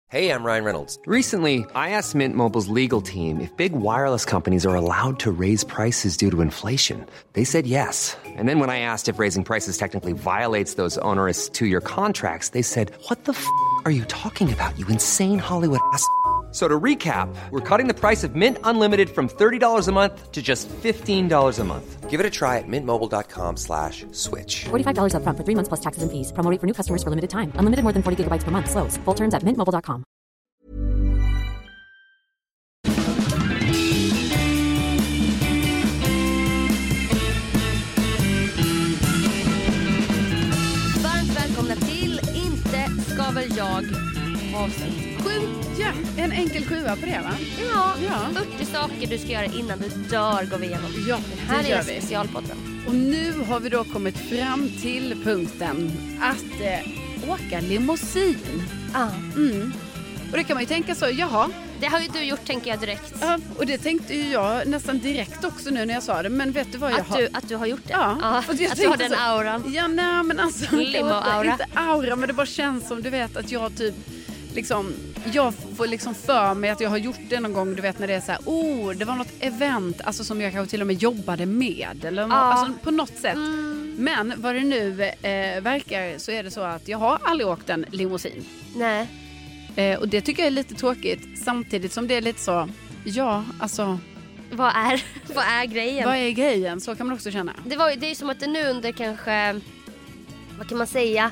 Hey, I'm Ryan Reynolds. Recently, I asked Mint Mobile's legal team if big wireless companies are allowed to raise prices due to inflation. They said yes. And then when I asked if raising prices technically violates those onerous two-year contracts, they said, "What the f*** are you talking about, you insane Hollywood ass?" So to recap, we're cutting the price of Mint Unlimited from $30 a month to just $15 a month. Give it a try at mintmobile.com/switch. $45 up front for 3 months plus taxes and fees. Promo rate for new customers for limited time. Unlimited more than 40 gigabytes per month. Slows full terms at mintmobile.com. Varmt välkomna till Inte ska väl jag avsnitt 7. Ja, en enkel 7 på det, va? Ja, Ja. 40 saker du ska göra innan du dör går vi igenom. Ja, det här det gör är vi. specialpodden. Och nu har vi då kommit fram till punkten att åka limousin. Ah. Och det kan man ju tänka så, jaha. Det har ju du gjort, tänker jag direkt. Ja, och det tänkte ju jag nästan direkt också nu när jag sa det. Men vet du vad jag har? Att du har gjort det? Ja, för jag att du har tänkte den auran. Ja, nej men alltså. Limo-aura. Inte aura, men det bara känns som, du vet, att jag typ liksom, jag får liksom för mig att jag har gjort det någon gång, du vet, när det är så här, det var något event, alltså som jag kanske till och med jobbade med eller alltså, på något sätt. Men vad det nu verkar så är det så att jag har aldrig åkt en limousin. Nej. Och det tycker jag är lite tråkigt, samtidigt som det är lite så, ja, alltså Vad är grejen? vad är grejen? Så kan man också känna. Det är ju som att det nu under kanske, vad kan man säga,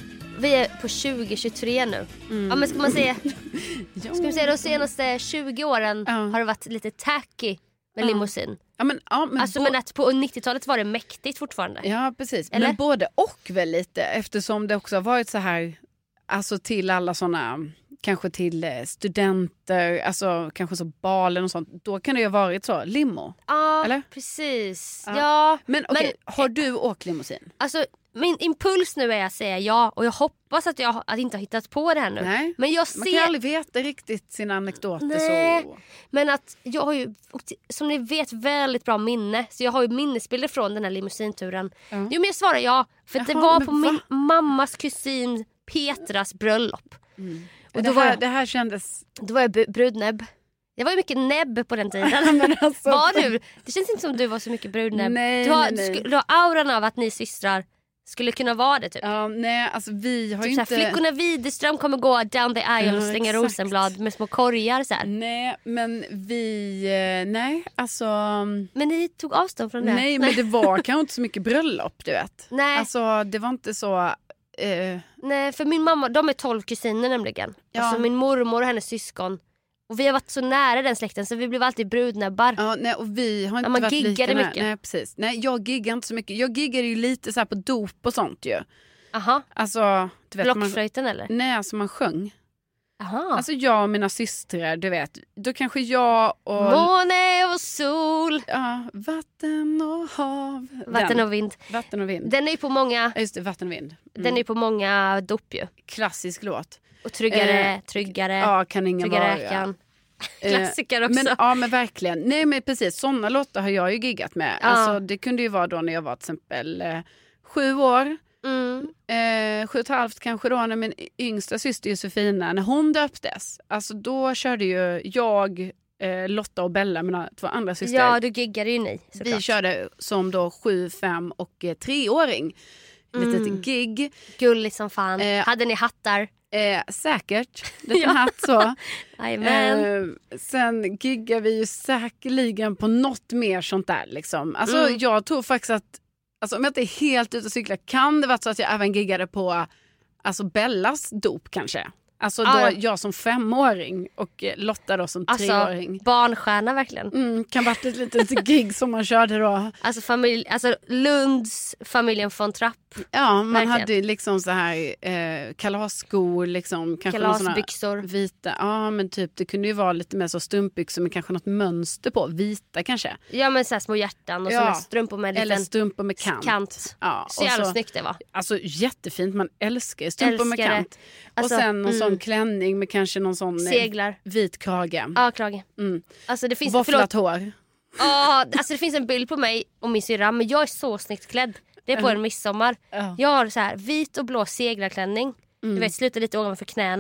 vi är på 2023 nu. Ja, men ska man säga Ja. ska vi säga de senaste 20 åren har det varit lite tacky med limousin. Men Alltså men att på 90-talet var det mäktigt fortfarande. Ja, precis. Eller? Men både och väl lite, eftersom det också har varit så här, alltså till alla såna, kanske till studenter, alltså kanske så balen och sånt, då kan det ju ha varit så, limo. Ja, Eller? precis. Ja. Ja. Men okej, har du åkt limousin? Alltså min impuls nu är att säga ja, och jag hoppas att jag inte har hittat på det här nu. Nej. Men jag Man kan ju ser aldrig veta riktigt sina anekdoter. Nej. Så. Men att jag har ju, som ni vet, väldigt bra minne. Så jag har ju minnesbilder från den här limousinturen. Ja. Jo, men jag svarar ja. För att det Jaha, var men på min mammas kusin Petras bröllop. Och då det här kändes... Då var jag brudnäbb. Det var ju mycket näbb på den tiden. Men alltså, Var du? Det känns inte som du var så mycket brudnäbb. Nej, du har, nej. Du har auran av att ni systrar skulle kunna vara det typ. Ja, nej, alltså vi har Typ ju såhär, inte... flickorna Widerström kommer gå down the aisle och slänga exakt. rosenblad med små korgar så här. Nej, men vi... Nej, alltså... Men ni tog avstånd från det? Nej, men det var kanske inte så mycket bröllop, du vet. Nej. Alltså, det var inte så... Nej, för min mamma, de är 12 kusiner nämligen. Ja. Alltså min mormor och hennes syskon. Och vi har varit så nära den släkten så vi blev alltid brudnäbbar. Ja, nej, och vi har inte man varit giggade lika nära. mycket. Nej, precis. Nej, jag giggar inte så mycket. Jag giggade ju lite så här på dop och sånt ju. Aha. Alltså, du vet, Blockflöjten eller? Nej, alltså man sjöng. Aha. Alltså jag och mina systrar, du vet. Då kanske jag och... Måne och sol. Ja, vatten och hav. Vatten och vind. Vatten och vind. Den är ju på många, Ja, just det, vatten och vind. den är ju på många dop ju. Klassisk låt. Och tryggare. Ja, kan ingen Trygga vara. räkan. Klassiker också. Men, ja, men verkgen. Nej, men precis. Sådana låtar har jag ju giggat med. Ja. Alltså, det kunde ju vara då när jag var till exempel 7 år. 7,5 kanske då, när min yngsta syster Josefina, när hon döptes. Alltså då körde ju jag, Lotta och Bella, mina 2 andra systrar. Ja, du giggade ju ni såklart. Vi körde som då 7, 5 och 3-åring. Litet gig. Gulligt som fan. Hade ni hattar? Säkert. Liten hatt så. Jajamän. Sen giggar vi ju säkerligen på något mer sånt där liksom. Alltså jag tror faktiskt att, alltså om jag inte är helt ute och cykla, kan det vara så att jag även giggade på, alltså Bellas dop kanske. Alltså då jag som 5-åring och Lotta då som 3-åring. Alltså barnstjärna verkligen. Kan varit ett litet gig som man körde då. Alltså Lunds familjen von Trapp. Ja, man verkligen. hade liksom så här kalasskor liksom, kanske kalasbyxor, vita. Ja, men typ det kunde ju vara lite mer så strumpbyxor med kanske något mönster på, vita kanske. Ja, men så här små hjärtan och såna strumpor med eller liten strumpor med kant. Ja, så jävla snyggt det var. Alltså jättefint, man älskar strumpor med kant. Alltså, och sen någon sån klänning med kanske någon sån seglar, vit krage. Ja, krage. Alltså det finns våfflat hår. Alltså det finns en bild på mig och min syrra, men jag är så snyggt klädd. Det är på en midsommar. Jag har så här vit och blå seglarklänning. Du vet, slutar lite ovanför knäna.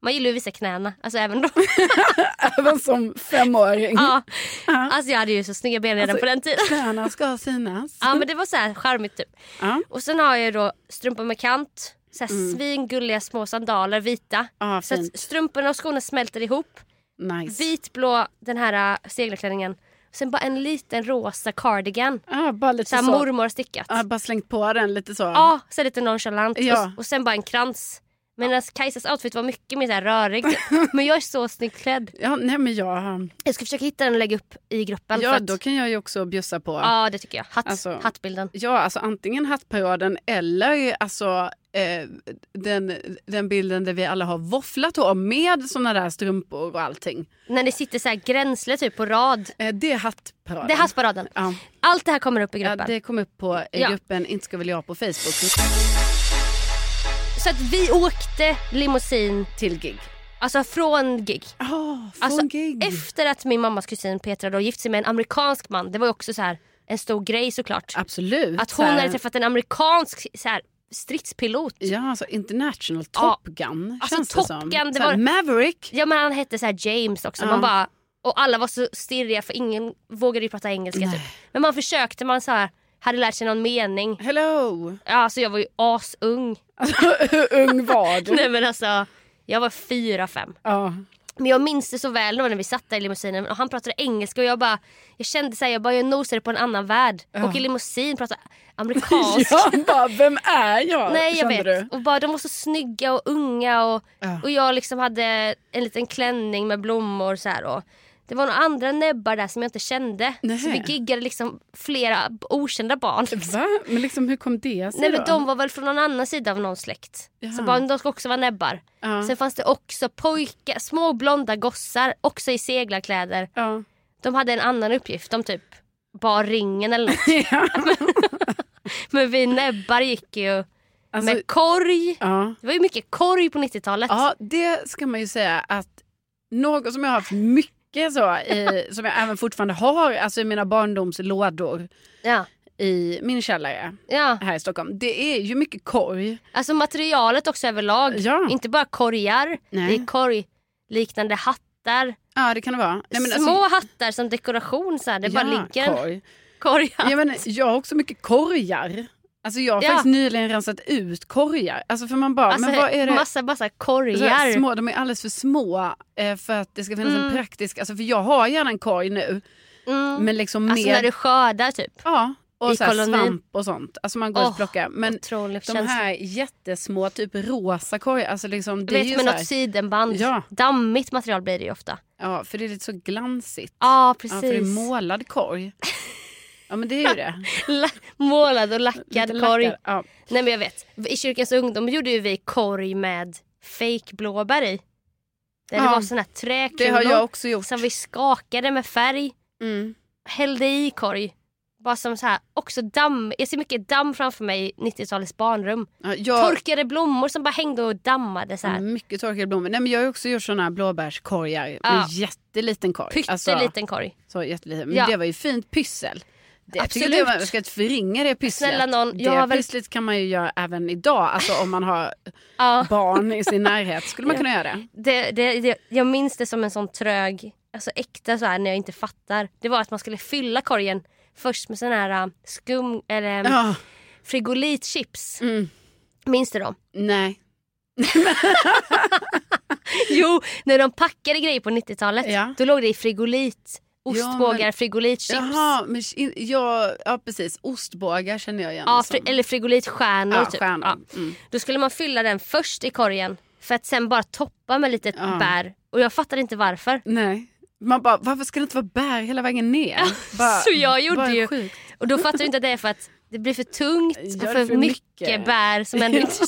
Man gillar ju vissa knäna. Alltså även då. Även som 5-åring. Ja. Alltså jag hade ju så snygga ben redan på den tiden. Knäna ska synas. Ja, men det var så här charmigt typ. Ja. Och sen har jag då strumpor med kant. Så här svingulliga små sandaler, vita. Så att strumporna och skorna smälter ihop. Nice. Vitblå, den här seglarklänningen. Sen bara en liten rosa cardigan. Bara lite så här mormor stickat. Bara slängt på den lite så. Ja, så lite nonchalant. Ja. Och sen bara en krans. Men Kajsas outfit var mycket mer så här rörig. Men jag är så snyggt klädd. Ja, nej men jag ska försöka hitta den och lägga upp i gruppen. Ja, för att... då kan jag ju också bjussa på. Ja, det tycker jag. Hattbilden. Ja, alltså antingen hattparaden eller alltså den bilden där vi alla har våfflat hår med såna där strumpor och allting. När det sitter så här gränsle typ på rad. Det är hattparaden. Det är hattparaden. Ja. Allt det här kommer upp i gruppen. Ja, det kommer upp på gruppen Inte ska väl jag på Facebook. Så att vi åkte limousin till gig. Alltså från gig. Från gig. Efter att min mammas kusin Petra då gift sig med en amerikansk man. Det var ju också så här en stor grej såklart. Absolut. Att hon hade träffat en amerikansk så här stridspilot. Ja, alltså international Top Gun. Alltså känns Top det som. Gun, det var... var... Maverick. Ja, men han hette så här James också. Man bara... Och alla var så stirriga för ingen vågade ju prata engelska typ. Men man försökte, man så här hade lärt sig någon mening. Hello. Ja, alltså jag var ju asung. Hur ung var du? Nej men alltså, jag var 4-5. Ja. Men jag minns det så väl när vi satt där i limousinen och han pratade engelska och jag kände så här, jag nosade på en annan värld. Och i limousin pratade amerikansk. Jag bara, vem är jag? Nej, jag vet. Du? Och bara, de var så snygga och unga och jag liksom hade en liten klänning med blommor så här och det var några andra näbbar där som jag inte kände. Nej. Så vi giggade liksom flera okända barn. Va? Men liksom hur kom det sig? Nej, men de var väl från någon annan sida av någon släkt. Så barn, de ska också vara näbbar. Sen fanns det också pojkar, små blonda gossar, också i seglarkläder. De hade en annan uppgift, de typ bar ringen eller något. Men vi näbbar gick ju alltså, med korg. Det var ju mycket korg på 90-talet. Ja, det ska man ju säga att något som jag har haft mycket så som jag även fortfarande har, alltså i mina barndomslådor i min källare här i Stockholm. Det är ju mycket korg. Alltså materialet också överlag. Inte bara korgar. Nej. Det är korgliknande hattar. Ja, det kan det vara. Nej, men små hattar som dekoration så här. Det bara ligger korghatt. Jag har också mycket korgar. Alltså jag har faktiskt nyligen rensat ut korgar. Alltså för man bara, alltså, men vad är det? Massa korgar. Små, de är alldeles för små för att det ska finnas en praktisk, alltså för jag har gärna en korg nu. Men liksom alltså med, när du skördar typ. Ja, och i så här kolonin. svamp och sånt. Alltså man går och plockar. Men de här jättesmå typ rosa korgar, alltså liksom det är ju med så något sidenband. Dammigt material blir det ju ofta. Ja, för det är lite så glansigt. Ja, precis. Ja, för det är målad korg. Ja, men det är ju det. Målad och lackad korg. Ja. Nej, men jag vet. I Kyrkans ungdom gjorde ju vi korg med fake blåbär i. Det var såna här träkulor. Det har jag också gjort. Som vi skakade med färg. Hällde i korg. Bara som så här, också damm. Jag ser mycket damm framför mig i 90-talets barnrum. Torkade blommor som bara hängde och dammade så här. Mycket torkade blommor. Nej, men jag har också gjort såna här blåbärskorgar med jätteliten korg. Pytteliten korg. Så jätteliten. Men det var ju fint pyssel. Absolut. Jag ska inte förringa det pysslet. Snälla någon, pysslet kan man ju göra även idag. Alltså om man har barn i sin närhet skulle man kunna göra det. Jag minns det som en sån trög, alltså äkta så här när jag inte fattar. Det var att man skulle fylla korgen först med sån här skum eller frigolitchips. Minns du dem? Nej. Jo, när de packade grejer på 90-talet då låg det i frigolit. Ostbågar, frigolitchips. Jaha, men precis. Ostbågar känner jag igen. Eller frigolitstjärnor typ. Stjärnor. Då skulle man fylla den först i korgen för att sen bara toppa med lite bär. Och jag fattade inte varför. Nej. Man bara, varför ska det inte vara bär hela vägen ner? Så jag gjorde ju. Sjukt. Och då fattar du inte att det är för att det blir för tungt och för mycket bär som ändå inte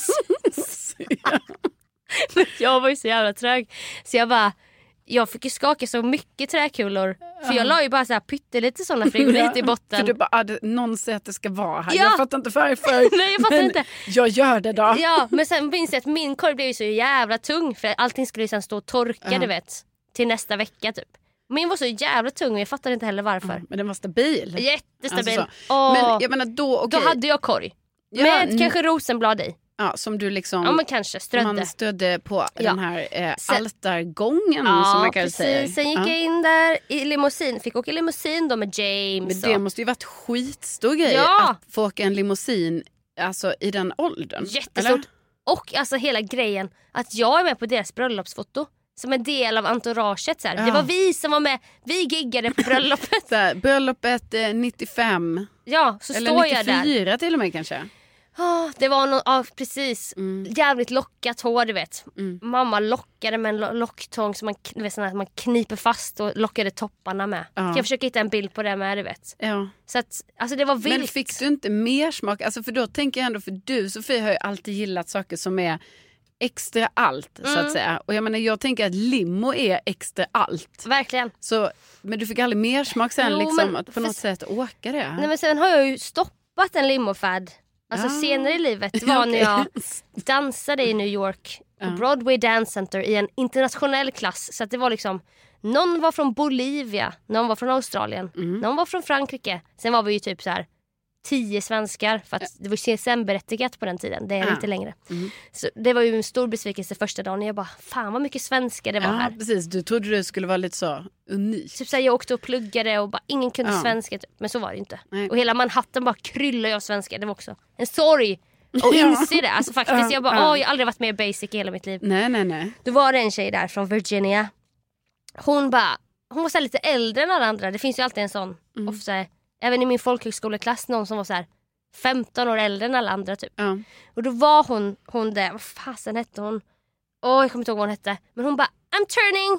Men jag var ju så jävla trög. Så jag fick ju skaka så mycket träkulor. För jag la ju bara så här pyttelite sådana frigolit i botten. För du bara, någon säger att det ska vara här. Jag fattar inte varför. Nej, jag fattar inte. Jag gör det då. Ja, men sen minns jag att min korg blev ju så jävla tung. För allting skulle ju sen stå och torka, du vet. Till nästa vecka typ. Min var så jävla tung och jag fattade inte heller varför. Men den var stabil. Jättestabil. Alltså men jag menar då, då hade jag korg. Med kanske rosenblad i. Ja, som du liksom... Ja, men kanske strödde. Man stödde på den här altargången som man kan säga. Sen gick jag in där i limousin. Fick åka limousin då med James. Men det måste ju varit skitstor grej att få åka en limousin alltså, i den åldern. Jättestort. Eller? Och alltså hela grejen att jag är med på deras bröllopsfoto. Som en del av entouraget. Så här. Det var vi som var med. Vi giggade på bröllopet. Så här, bröllopet 95. Ja, så eller står 94 jag där. 94 till och med kanske. Det var precis. Jävligt lockat hår, du vet. Mamma lockade med en locktång som man kniper fast och lockade topparna med. Jag försöker hitta en bild på det med, du vet. Ja. Så att, alltså det var vilt. Men fick du inte mer smak? Alltså för då tänker jag ändå, för du Sofie har ju alltid gillat saker som är extra allt så att säga. Och jag tänker att limo är extra allt. Verkligen. Så, men du fick aldrig mer smak sen liksom, att på något sätt åka det. Nej, men sen har jag ju stoppat en limofärd. Alltså senare i livet var när jag dansade i New York på Broadway Dance Center i en internationell klass. Så att det var liksom, någon var från Bolivia, någon var från Australien, någon var från Frankrike. Sen var vi ju typ så här 10 svenskar för att det var CSN-berättigat på den tiden. Det är inte längre. Så det var ju en stor besvikelse första dagen. Jag bara, fan vad mycket svenskar det var här. Precis, du trodde det skulle vara lite så unikt. Typ så här, jag åkte och pluggade och bara ingen kunde svenska typ. Men så var det inte. Nej. Och hela Manhattan bara kryllar av svenskar. Det var också en sorg att inse det. Alltså faktiskt, jag bara, jag har aldrig varit mer basic i hela mitt liv. Nej. Då var det en tjej där från Virginia. Hon var så här lite äldre än alla andra. Det finns ju alltid en sån. Ofta, även i min folkhögskoleklass, någon som var så här 15 år äldre än alla andra typ. Och då var hon där, vad fasen hette hon? Jag kommer inte ihåg vad hon hette. Men hon bara, I'm turning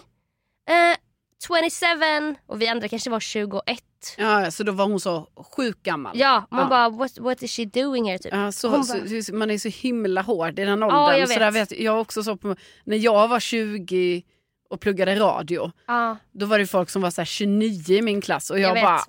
27. Och vi andra kanske var 21. Ja, så då var hon så sjukt gammal. Ja, man bara, what is she doing here typ? Ja, så man är så himla hård i den åldern. Ja, jag vet. Så där vet jag också så på, när jag var 20 och pluggade radio. Då var det folk som var så här 29 i min klass. Och jag bara,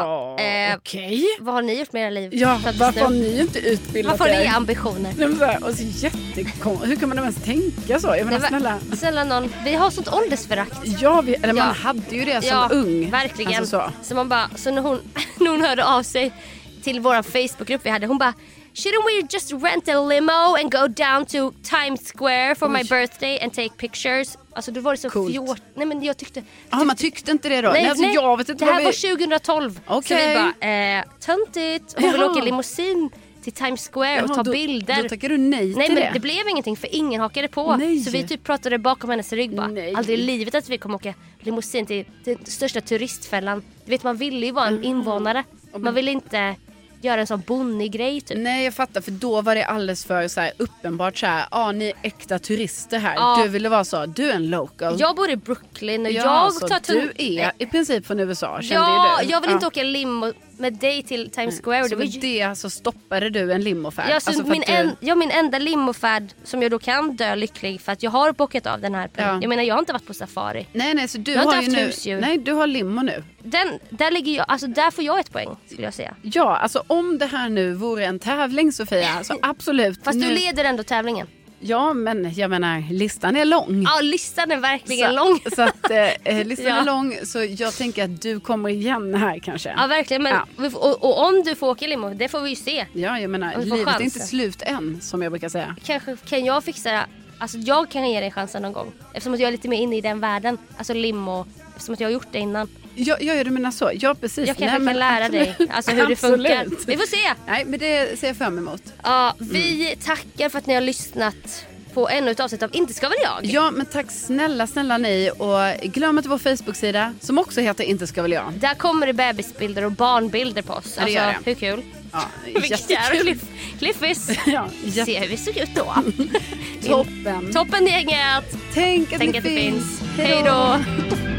okej. Vad har ni gjort med era liv? Ja, varför har ni inte utbildat varför har ni ambitioner? Och så jättekonstigt. Hur kan man ens tänka så? Jag menar, snälla någon, vi har sånt åldersförakt. Ja, man hade ju det som ung. Verkligen. Alltså så man bara, så när hon hörde av sig till vår Facebookgrupp vi hade, hon bara, shouldn't we just rent a limo and go down to Times Square for my birthday and take pictures? Alltså då var det så fjort. Nej men jag tyckte... man tyckte inte det då? Nej, alltså, jag vet inte det här var 2012. Okay. Så vi bara, töntigt. Hon vill åka limousin till Times Square och ta bilder. Då tackar du nej till men det. Det blev ingenting för ingen hakade på. Nej. Så vi typ pratade bakom hennes rygg bara. Aldrig i livet att vi kommer åka limousin till den största turistfällan. Du vet, man ville ju vara en invånare. Man ville inte göra en sån bonnig grej typ. Nej, jag fattar, för då var det alldeles för så här, uppenbart så här, ni är äkta turister här. Du ville vara så, du är en local. Jag bor i Brooklyn och jag tar du är i princip från USA, kände ju du. Jag vill inte åka limo med dig till Times Square. Så det så stoppade du en limofärd. Ja, alltså min enda limofärd som jag då kan dö lycklig för att jag har bockat av den här. Jag menar, jag har inte varit på safari. Nej, så du jag har inte ju haft nu. Husdjur. Nej, du har limo nu. Där ligger jag, alltså där får jag ett poäng skulle jag säga. Ja, alltså om det här nu vore en tävling, Sofia, så absolut. Fast du leder ändå tävlingen. Ja, men jag menar, listan är lång. Ja, listan är verkligen lång. Så att listan är lång, så jag tänker att du kommer igen här kanske. Ja, verkligen. Men, och om du får åka limo, det får vi ju se. Ja, jag menar, livet är inte slut än, som jag brukar säga. Kanske kan jag fixa, alltså jag kan ge dig chansen någon gång. Eftersom att jag är lite mer inne i den världen. Alltså limo, eftersom att jag har gjort det innan. Ja, du menar så. Ja, precis. Jag kanske kan lära dig alltså hur det funkar. Vi får se. Nej, men det ser jag fram emot. Ja, vi tackar för att ni har lyssnat på ännu ett avsnitt av Inte ska väl jag. Ja, men tack snälla ni. Och glöm inte vår Facebook-sida som också heter Inte ska väl jag. Där kommer det bebisbilder och barnbilder på oss. Ja, det gör det. Hur kul? Ja, jättekul. Cliffis. Ja, se hur vi såg ut då. Toppen. Toppen gänget. Tänk att det finns. Hej då.